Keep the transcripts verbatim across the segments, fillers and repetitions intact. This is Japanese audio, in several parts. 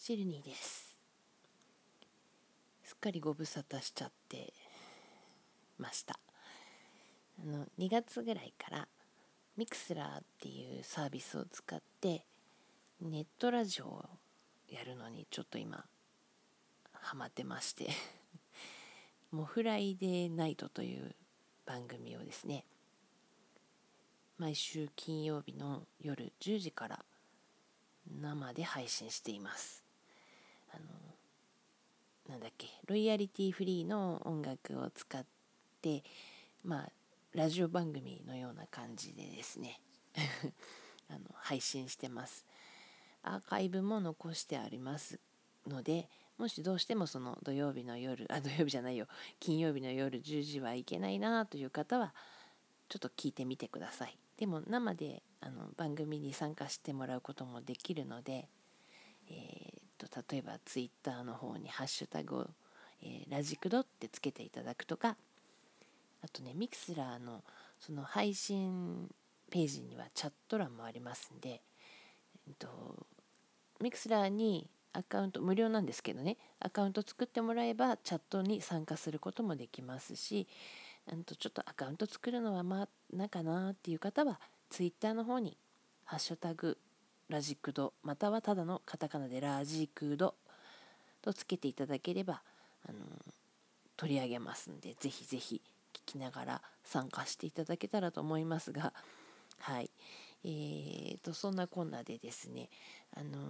シルニーです。すっかりご無沙汰しちゃってました。あのにがつぐらいからミクスラーっていうサービスを使ってネットラジオをやるのにちょっと今ハマってましてもうフライデーナイトという番組をですね、毎週金曜日の夜じゅうじから生で配信しています。あのなんだっけロイヤリティフリーの音楽を使ってまあラジオ番組のような感じでですねあの配信してます。アーカイブも残してありますので、もしどうしてもその土曜日の夜あ土曜日じゃないよ金曜日の夜じゅうじはいけないなという方はちょっと聞いてみてください。でも生であの番組に参加してもらうこともできるので、えー、と例えばツイッターの方にハッシュタグを、えー、ラジクドってつけていただくとか、あとねミクスラーのその配信ページにはチャット欄もありますんで、えー、とミクスラーにアカウント無料なんですけどね、アカウント作ってもらえばチャットに参加することもできますし、あとちょっとアカウント作るのはまあなんかなっていう方はツイッターの方にハッシュタグラジクドまたはただのカタカナでラジクドとつけていただければあの取り上げますんで、ぜひぜひ聞きながら参加していただけたらと思いますが、はいえーとそんなこんなでですね、あのー、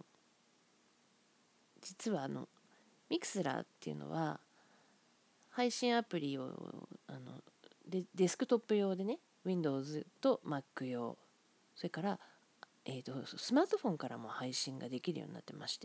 実はあのミクスラーっていうのは配信アプリをあのでデスクトップ用でね Windows と Mac 用、それから、えーとスマートフォンからも配信ができるようになってまして、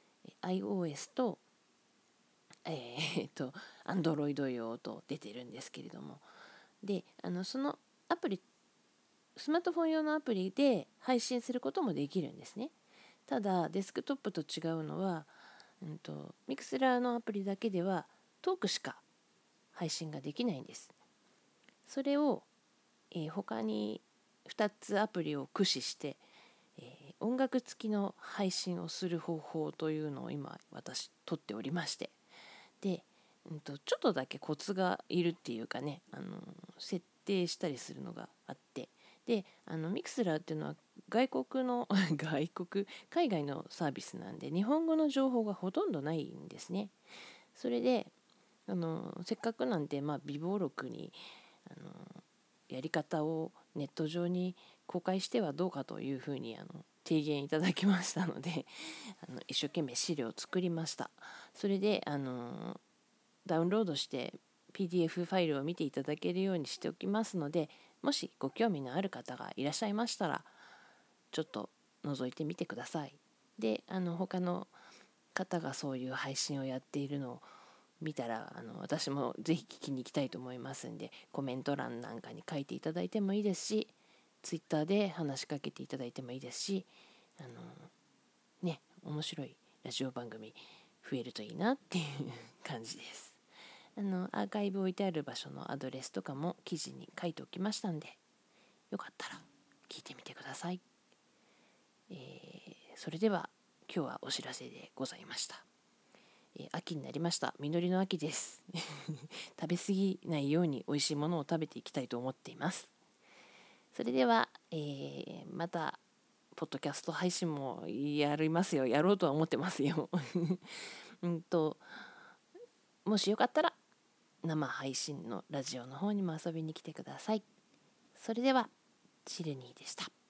iOS とえー、と Android 用と出てるんですけれども、であのそのアプリスマートフォン用のアプリで配信することもできるんですね。ただデスクトップと違うのは、うんと、ミクスラーのアプリだけではトークしか配信ができないんです。それを、えー、他にふたつアプリを駆使して、えー、音楽付きの配信をする方法というのを今私取っておりまして、で、うんと、ちょっとだけコツがいるっていうかね、あの設定したりするのがあって、であのミクスラーっていうのは外国の外国海外のサービスなんで日本語の情報がほとんどないんですね。それであのせっかくなんで、まあ、備忘録にあのやり方をネット上に公開してはどうかというふうにあの提言いただきましたのであの一生懸命資料を作りました。それであのダウンロードして ピーディーエフ ファイルを見ていただけるようにしておきますので、もしご興味のある方がいらっしゃいましたらちょっと覗いてみてください。であの他の方がそういう配信をやっているのを見たらあの私もぜひ聞きに行きたいと思いますんで、コメント欄なんかに書いていただいてもいいですし、ツイッターで話しかけていただいてもいいですし、あのね面白いラジオ番組増えるといいなっていう感じです。あのアーカイブ置いてある場所のアドレスとかも記事に書いておきましたんで、よかったら聞いてみてください。えー、それでは今日はお知らせでございました。えー、秋になりました。実りの秋です食べ過ぎないように美味しいものを食べていきたいと思っています。それでは、えー、またポッドキャスト配信もやりますよ。やろうとは思ってますようんともしよかったら生配信のラジオの方にも遊びに来てください。それではシルニーでした。